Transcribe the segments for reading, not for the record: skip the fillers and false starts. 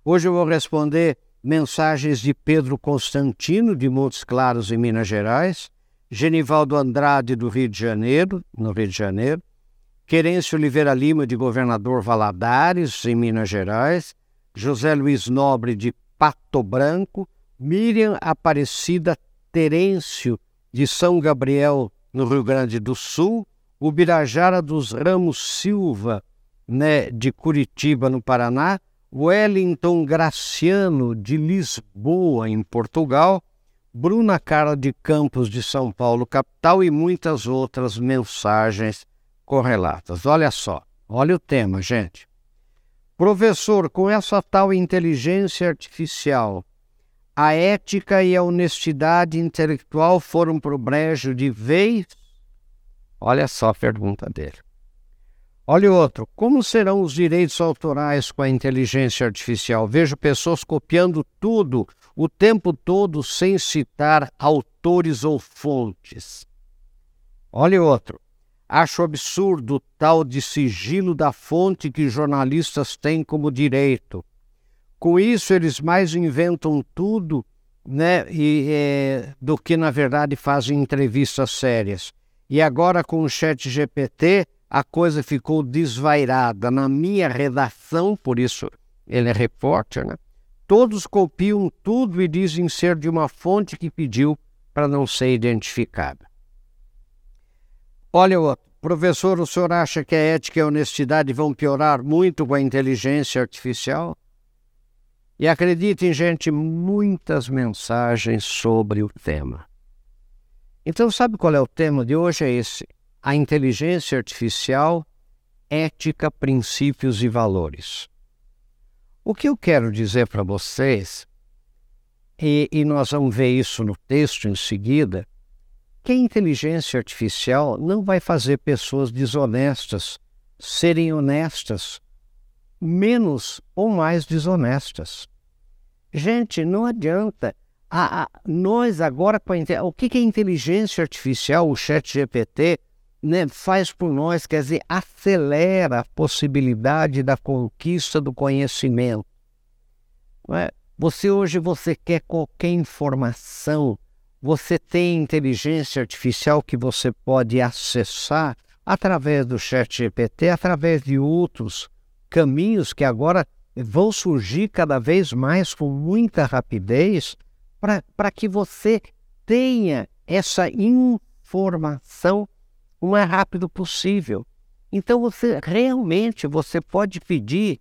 Hoje eu vou responder mensagens de Pedro Constantino, de Montes Claros, em Minas Gerais, Genivaldo Andrade, do Rio de Janeiro, no Rio de Janeiro, Querêncio Oliveira Lima, de Governador Valadares, em Minas Gerais, José Luiz Nobre, de Pato Branco, Miriam Aparecida Terêncio, de São Gabriel, no Rio Grande do Sul, o Birajara dos Ramos Silva, de Curitiba, no Paraná, Wellington Graciano, de Lisboa, em Portugal, Bruna Carla de Campos, de São Paulo, capital, e muitas outras mensagens correlatas. Olha só, olha o tema, gente. Professor, com essa tal inteligência artificial, a ética e a honestidade intelectual foram pro brejo de vez? Olha só a pergunta dele. Olha o outro. Como serão os direitos autorais com a inteligência artificial? Vejo pessoas copiando tudo o tempo todo sem citar autores ou fontes. Olha o outro. Acho absurdo o tal de sigilo da fonte que jornalistas têm como direito. Com isso, eles mais inventam tudo, do que, na verdade, fazem entrevistas sérias. E agora, com o ChatGPT, a coisa ficou desvairada. Na minha redação, por isso ele é repórter, todos copiam tudo e dizem ser de uma fonte que pediu para não ser identificada. Olha, professor, o senhor acha que a ética e a honestidade vão piorar muito com a inteligência artificial? E acreditem, gente, muitas mensagens sobre o tema. Então, sabe qual é o tema de hoje? É esse: a inteligência artificial, ética, princípios e valores. O que eu quero dizer para vocês, e nós vamos ver isso no texto em seguida, que a inteligência artificial não vai fazer pessoas desonestas serem honestas, menos ou mais desonestas. Gente, não adianta. Nós agora, o que a inteligência artificial, o ChatGPT, faz por nós, quer dizer, acelera a possibilidade da conquista do conhecimento. Hoje você quer qualquer informação, você tem inteligência artificial que você pode acessar através do ChatGPT, através de outros caminhos que agora vão surgir cada vez mais com muita rapidez para que você tenha essa informação o mais rápido possível. Então você pode pedir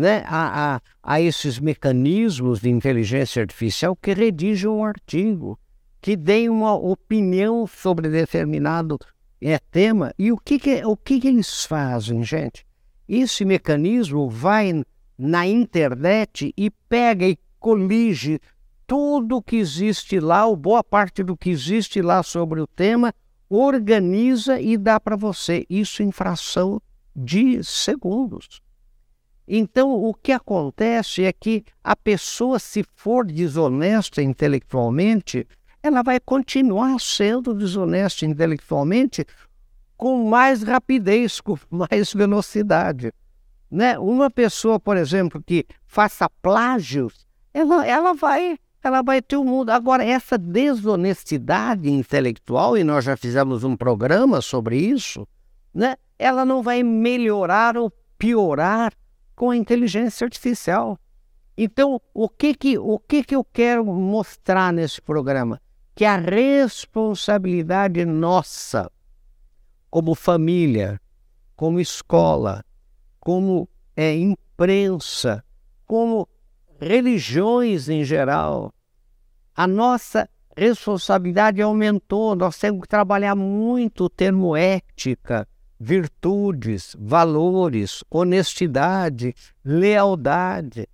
a esses mecanismos de inteligência artificial que redigam um artigo, que deem uma opinião sobre determinado tema. E o que eles fazem, gente? Esse mecanismo vai na internet e pega e colige tudo que existe lá, ou boa parte do que existe lá sobre o tema, organiza e dá para você isso em fração de segundos. Então, o que acontece é que a pessoa, se for desonesta intelectualmente, ela vai continuar sendo desonesta intelectualmente com mais rapidez, com mais velocidade. Uma pessoa, por exemplo, que faça plágios, ela vai ter um mundo. Agora, essa desonestidade intelectual, e nós já fizemos um programa sobre isso, ela não vai melhorar ou piorar com a inteligência artificial. Então, o que eu quero mostrar nesse programa? Que a responsabilidade nossa, como família, como escola, como imprensa, como religiões em geral, a nossa responsabilidade aumentou. Nós temos que trabalhar muito o termo ética, virtudes, valores, honestidade, lealdade,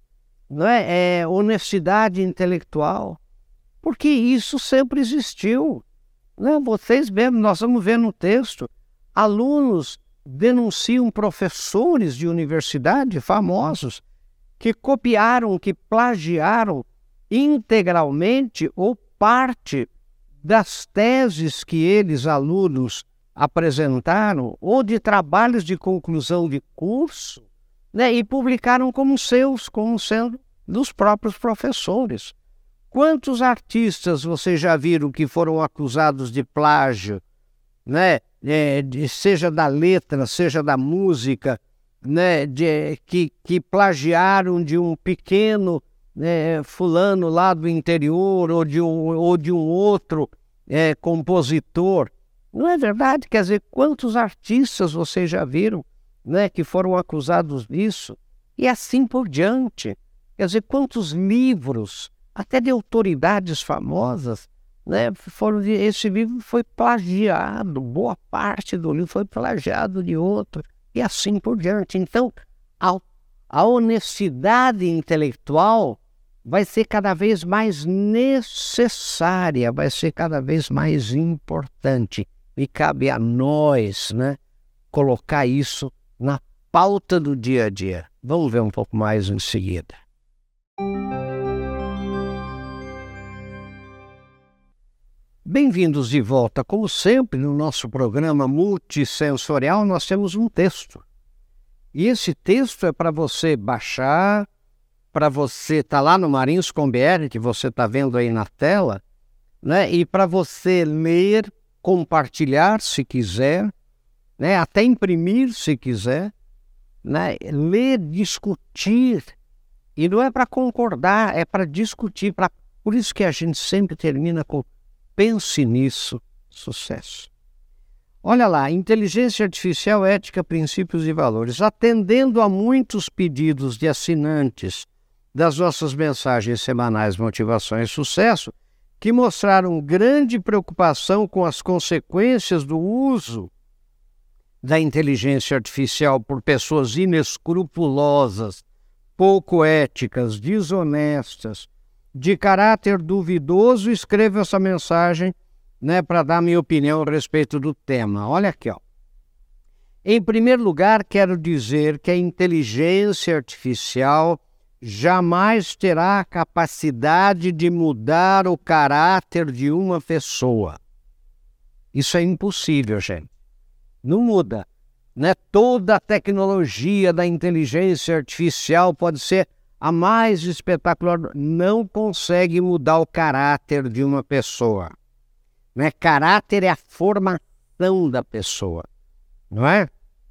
honestidade intelectual, porque isso sempre existiu. Vocês mesmos, nós vamos ver no texto, alunos denunciam professores de universidade famosos que copiaram, que plagiaram integralmente ou parte das teses que eles, alunos, apresentaram, ou de trabalhos de conclusão de curso, né? E publicaram como seus, como sendo dos próprios professores. Quantos artistas vocês já viram que foram acusados de plágio, né? Seja da letra, seja da música, né? Que plagiaram de um pequeno fulano lá do interior ou de um outro compositor. Não é verdade? Quer dizer, quantos artistas vocês já viram, né, que foram acusados disso? E assim por diante. Quer dizer, quantos livros, até de autoridades famosas, né, esse livro foi plagiado, boa parte do livro foi plagiado de outro, e assim por diante. Então, a honestidade intelectual vai ser cada vez mais necessária, vai ser cada vez mais importante. E cabe a nós, né, colocar isso na pauta do dia a dia. Vamos ver um pouco mais em seguida. Bem-vindos de volta. Como sempre, no nosso programa multissensorial, nós temos um texto. E esse texto é para você baixar, para você estar lá no Marins com BR, que você está vendo aí na tela, né? E para você ler, compartilhar se quiser, né? Até imprimir se quiser, né? Ler, discutir. E não é para concordar, é para discutir. Por isso que a gente sempre termina com pense nisso, sucesso. Olha lá, inteligência artificial, ética, princípios e valores. Atendendo a muitos pedidos de assinantes das nossas mensagens semanais Motivação e Sucesso, que mostraram grande preocupação com as consequências do uso da inteligência artificial por pessoas inescrupulosas, pouco éticas, desonestas, de caráter duvidoso, escrevo essa mensagem, né, para dar minha opinião a respeito do tema. Olha aqui, ó. Em primeiro lugar, quero dizer que a inteligência artificial jamais terá a capacidade de mudar o caráter de uma pessoa. Isso é impossível, gente. Não muda, né? Toda a tecnologia da inteligência artificial pode ser a mais espetacular, não consegue mudar o caráter de uma pessoa. Né? Caráter é a formação da pessoa, não é?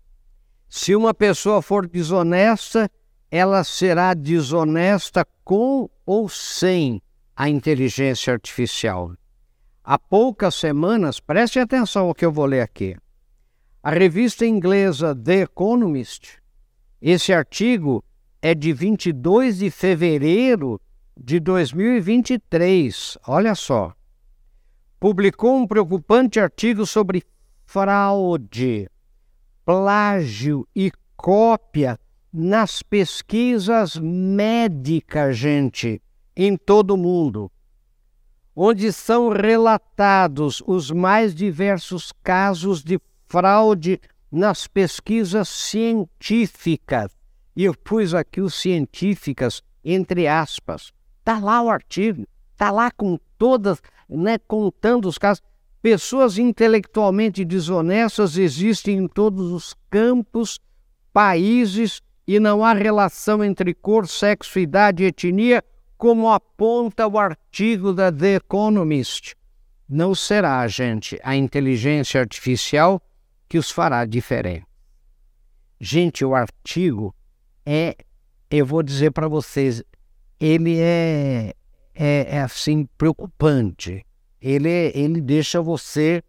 Se uma pessoa for desonesta, ela será desonesta com ou sem a inteligência artificial. Há poucas semanas, preste atenção ao que eu vou ler aqui. A revista inglesa The Economist, esse artigo é de 22 de fevereiro de 2023, olha só. Publicou um preocupante artigo sobre fraude, plágio e cópia nas pesquisas médicas, gente, em todo o mundo, onde são relatados os mais diversos casos de fraude nas pesquisas científicas. E eu pus aqui os científicas entre aspas. Está lá o artigo, está lá com todas, né, contando os casos. Pessoas intelectualmente desonestas existem em todos os campos, países, e não há relação entre cor, sexo, idade e etnia, como aponta o artigo da The Economist. Não será, gente, a inteligência artificial que os fará diferente. Gente, o artigo eu vou dizer para vocês, ele é assim, preocupante. Ele deixa você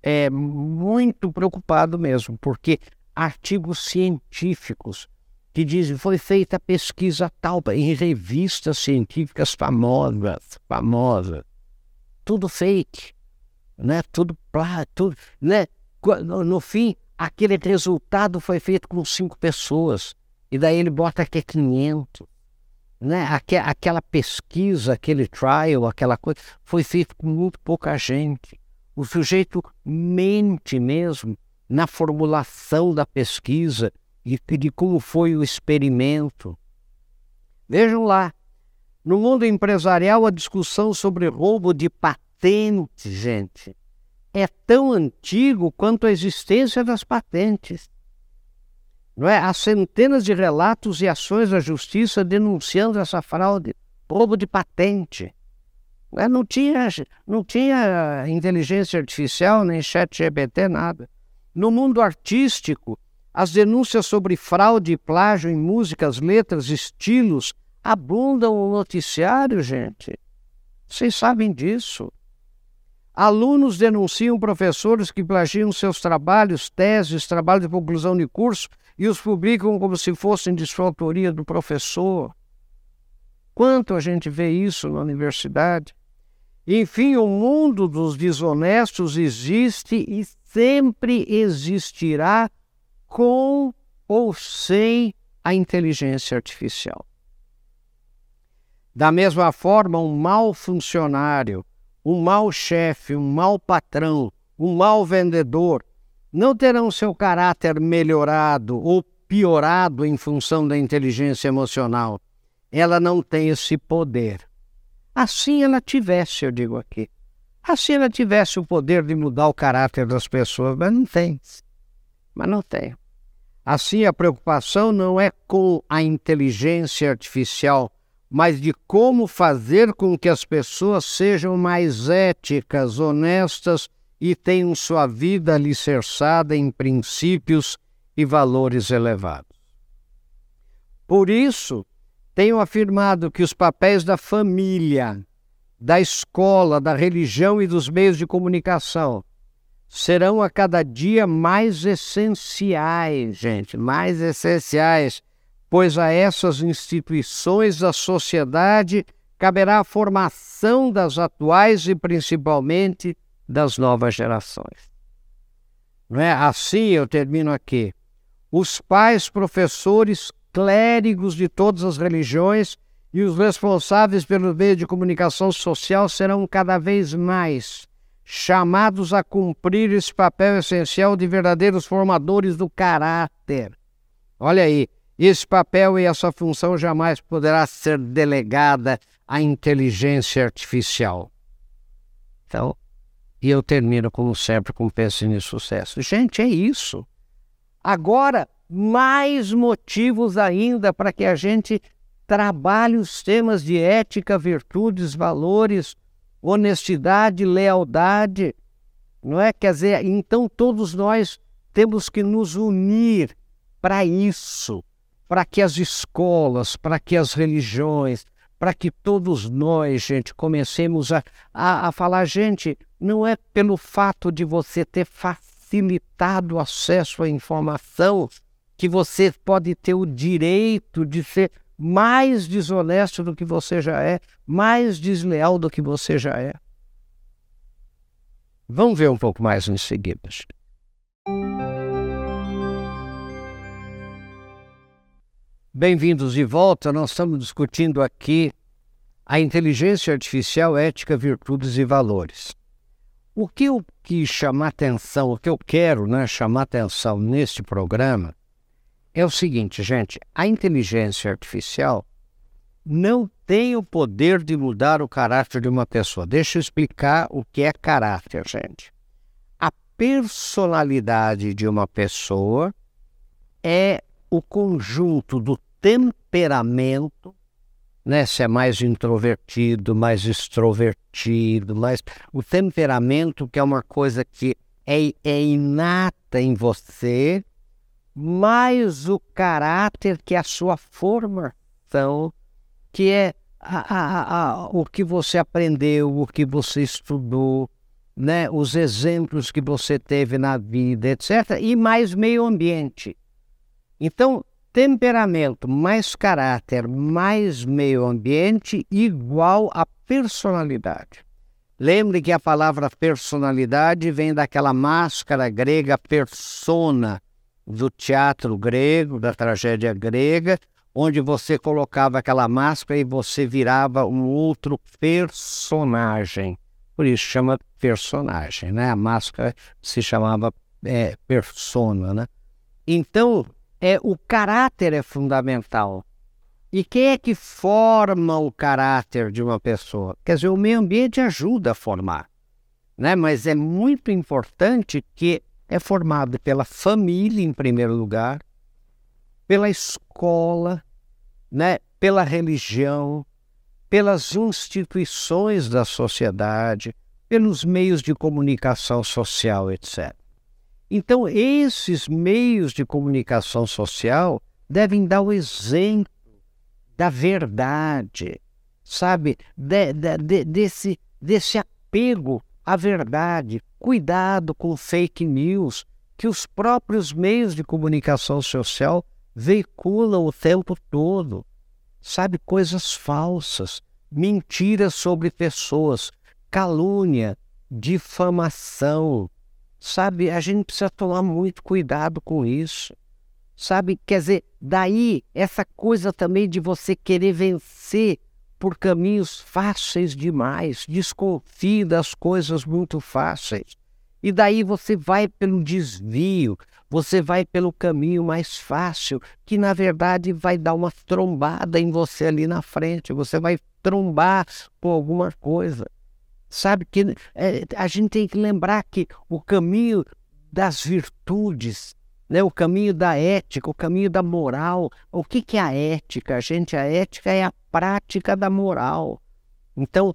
muito preocupado mesmo, porque artigos científicos que dizem foi feita pesquisa tal em revistas científicas famosas, tudo fake, né? Tudo, né? No fim, aquele resultado foi feito com 5 pessoas, e daí ele bota que é 500. Né? Aquela pesquisa, aquele trial, aquela coisa, foi feito com muito pouca gente. O sujeito mente mesmo na formulação da pesquisa e de como foi o experimento. Vejam lá, no mundo empresarial a discussão sobre roubo de patentes, gente, é tão antigo quanto a existência das patentes. Não é? Há centenas de relatos e ações da justiça denunciando essa fraude, roubo de patente. Não tinha inteligência artificial, nem chat GPT, nada. No mundo artístico, as denúncias sobre fraude e plágio em músicas, letras, estilos abundam no noticiário, gente. Vocês sabem disso. Alunos denunciam professores que plagiam seus trabalhos, teses, trabalhos de conclusão de curso e os publicam como se fossem de sua autoria do professor. Quanto a gente vê isso na universidade? Enfim, o mundo dos desonestos existe e sempre existirá com ou sem a inteligência artificial. Da mesma forma, um mau funcionário, um mau chefe, um mau patrão, um mau vendedor não terão seu caráter melhorado ou piorado em função da inteligência emocional. Ela não tem esse poder. Assim ela tivesse, eu digo aqui. Assim ela tivesse o poder de mudar o caráter das pessoas, mas não tem. Mas não tem. Assim a preocupação não é com a inteligência artificial, mas de como fazer com que as pessoas sejam mais éticas, honestas e tenham sua vida alicerçada em princípios e valores elevados. Por isso, tenho afirmado que os papéis da família, da escola, da religião e dos meios de comunicação serão a cada dia mais essenciais, gente, mais essenciais, pois a essas instituições da sociedade caberá a formação das atuais e principalmente das novas gerações. Não é? Assim eu termino aqui. Os pais, professores, clérigos de todas as religiões e os responsáveis pelo meio de comunicação social serão cada vez mais chamados a cumprir esse papel essencial de verdadeiros formadores do caráter. Olha aí, esse papel e essa função jamais poderá ser delegada à inteligência artificial. Então, e eu termino, como sempre, com Pense Nisso Sucesso. Gente, é isso. Agora, mais motivos ainda para que a gente trabalhe os temas de ética, virtudes, valores, honestidade, lealdade, não é? Quer dizer, então todos nós temos que nos unir para isso, para que as escolas, para que as religiões, para que todos nós, gente, comecemos a falar, gente, não é pelo fato de você ter facilitado o acesso à informação que você pode ter o direito de ser mais desonesto do que você já é, mais desleal do que você já é. Vamos ver um pouco mais em seguida. Bem-vindos de volta. Nós estamos discutindo aqui a inteligência artificial, ética, virtudes e valores. O que eu quis chamar atenção, o que eu quero, chamar atenção neste programa é o seguinte, gente, a inteligência artificial não tem o poder de mudar o caráter de uma pessoa. Deixa eu explicar o que é caráter, gente. A personalidade de uma pessoa é o conjunto do temperamento, se é mais introvertido, mais extrovertido, o temperamento, que é uma coisa que é inata em você, mais o caráter, que é a sua formação, que é o que você aprendeu, o que você estudou, os exemplos que você teve na vida, etc., e mais meio ambiente. Então, temperamento mais caráter mais meio ambiente igual a personalidade. Lembre que a palavra personalidade vem daquela máscara grega persona, do teatro grego, da tragédia grega, onde você colocava aquela máscara e você virava um outro personagem. Por isso chama personagem, A máscara se chamava persona, Então, o caráter é fundamental. E quem é que forma o caráter de uma pessoa? Quer dizer, o meio ambiente ajuda a formar, Mas é muito importante que é formado pela família, em primeiro lugar, pela escola, né, pela religião, pelas instituições da sociedade, pelos meios de comunicação social, etc. Então, esses meios de comunicação social devem dar o exemplo da verdade, sabe? Desse apego à verdade. Cuidado com fake news, que os próprios meios de comunicação social veiculam o tempo todo. Sabe? Coisas falsas, mentiras sobre pessoas, calúnia, difamação. Sabe? A gente precisa tomar muito cuidado com isso. Sabe? Quer dizer, daí essa coisa também de você querer vencer por caminhos fáceis demais, desconfie das coisas muito fáceis. E daí você vai pelo desvio, você vai pelo caminho mais fácil, que na verdade vai dar uma trombada em você ali na frente, você vai trombar com alguma coisa. Sabe que a gente tem que lembrar que o caminho das virtudes, né, o caminho da ética, o caminho da moral. O que é a ética, gente? A ética é a prática da moral. Então,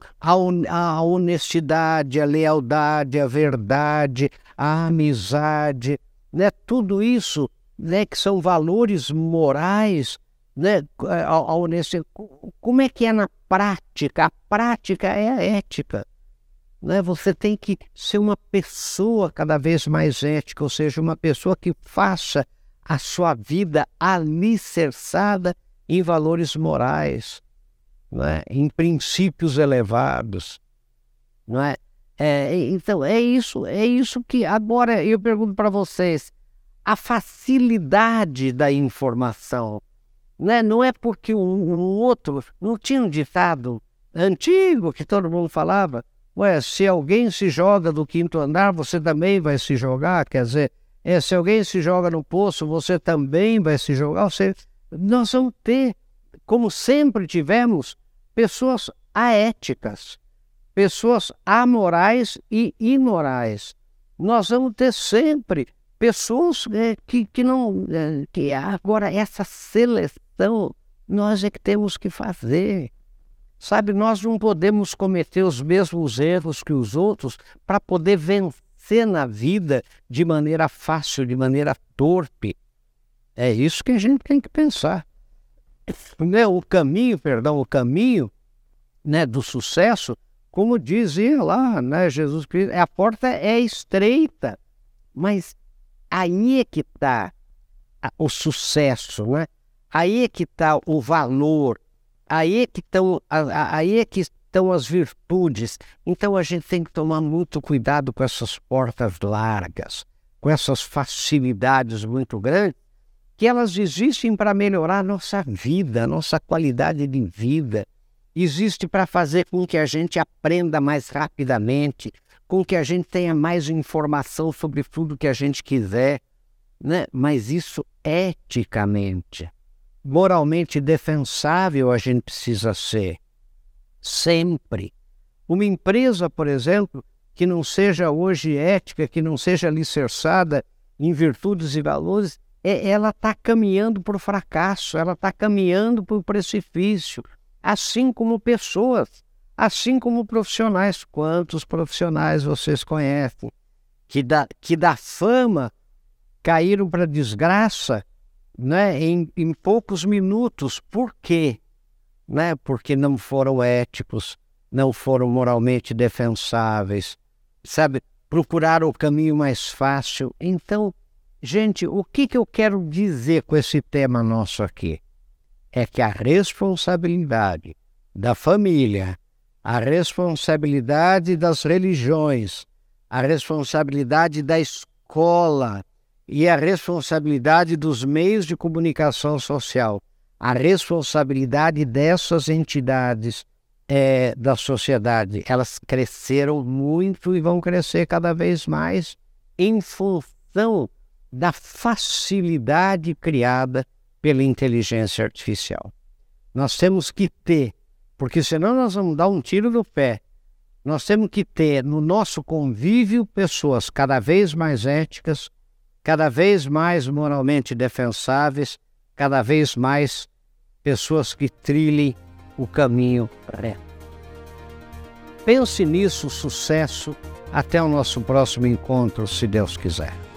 a honestidade, a lealdade, a verdade, a amizade, né, tudo isso, né, que são valores morais, né, a honestidade. Como é que é na prática? A prática é a ética. Né? Você tem que ser uma pessoa cada vez mais ética, ou seja, uma pessoa que faça a sua vida alicerçada em valores morais, né? Em princípios elevados. Não é? Então, é isso que agora eu pergunto para vocês, a facilidade da informação, né? Não é porque um outro, não tinha um ditado antigo que todo mundo falava, ué, se alguém se joga do 5º andar, você também vai se jogar. Quer dizer, se alguém se joga no poço, você também vai se jogar. Ou seja, nós vamos ter, como sempre tivemos, pessoas aéticas, pessoas amorais e imorais. Nós vamos ter sempre pessoas que não... que agora, essa seleção, nós é que temos que fazer. Sabe, nós não podemos cometer os mesmos erros que os outros para poder vencer na vida de maneira fácil, de maneira torpe. É isso que a gente tem que pensar. Né? O caminho, né, do sucesso, como dizia lá, né, Jesus Cristo, a porta é estreita, mas aí é que está o sucesso, né? Aí é que está o valor. Aí é que estão as virtudes. Então a gente tem que tomar muito cuidado com essas portas largas, com essas facilidades muito grandes, que elas existem para melhorar a nossa vida, a nossa qualidade de vida. Existe para fazer com que a gente aprenda mais rapidamente, com que a gente tenha mais informação sobre tudo que a gente quiser, né? Mas isso eticamente, moralmente defensável a gente precisa ser, sempre. Uma empresa, por exemplo, que não seja hoje ética, que não seja alicerçada em virtudes e valores, ela está caminhando para o fracasso, ela está caminhando para o precipício, assim como pessoas, assim como profissionais. Quantos profissionais vocês conhecem que da fama caíram para a desgraça, né, em poucos minutos? Por quê? Né? Porque não foram éticos, não foram moralmente defensáveis, sabe? Procuraram o caminho mais fácil. Então, gente, o que eu quero dizer com esse tema nosso aqui? É que a responsabilidade da família, a responsabilidade das religiões, a responsabilidade da escola, e a responsabilidade dos meios de comunicação social, a responsabilidade dessas entidades da sociedade, elas cresceram muito e vão crescer cada vez mais em função da facilidade criada pela inteligência artificial. Nós temos que ter, porque senão nós vamos dar um tiro no pé, nós temos que ter no nosso convívio pessoas cada vez mais éticas, cada vez mais moralmente defensáveis, cada vez mais pessoas que trilhem o caminho reto. Pense nisso, sucesso. Até o nosso próximo encontro, se Deus quiser.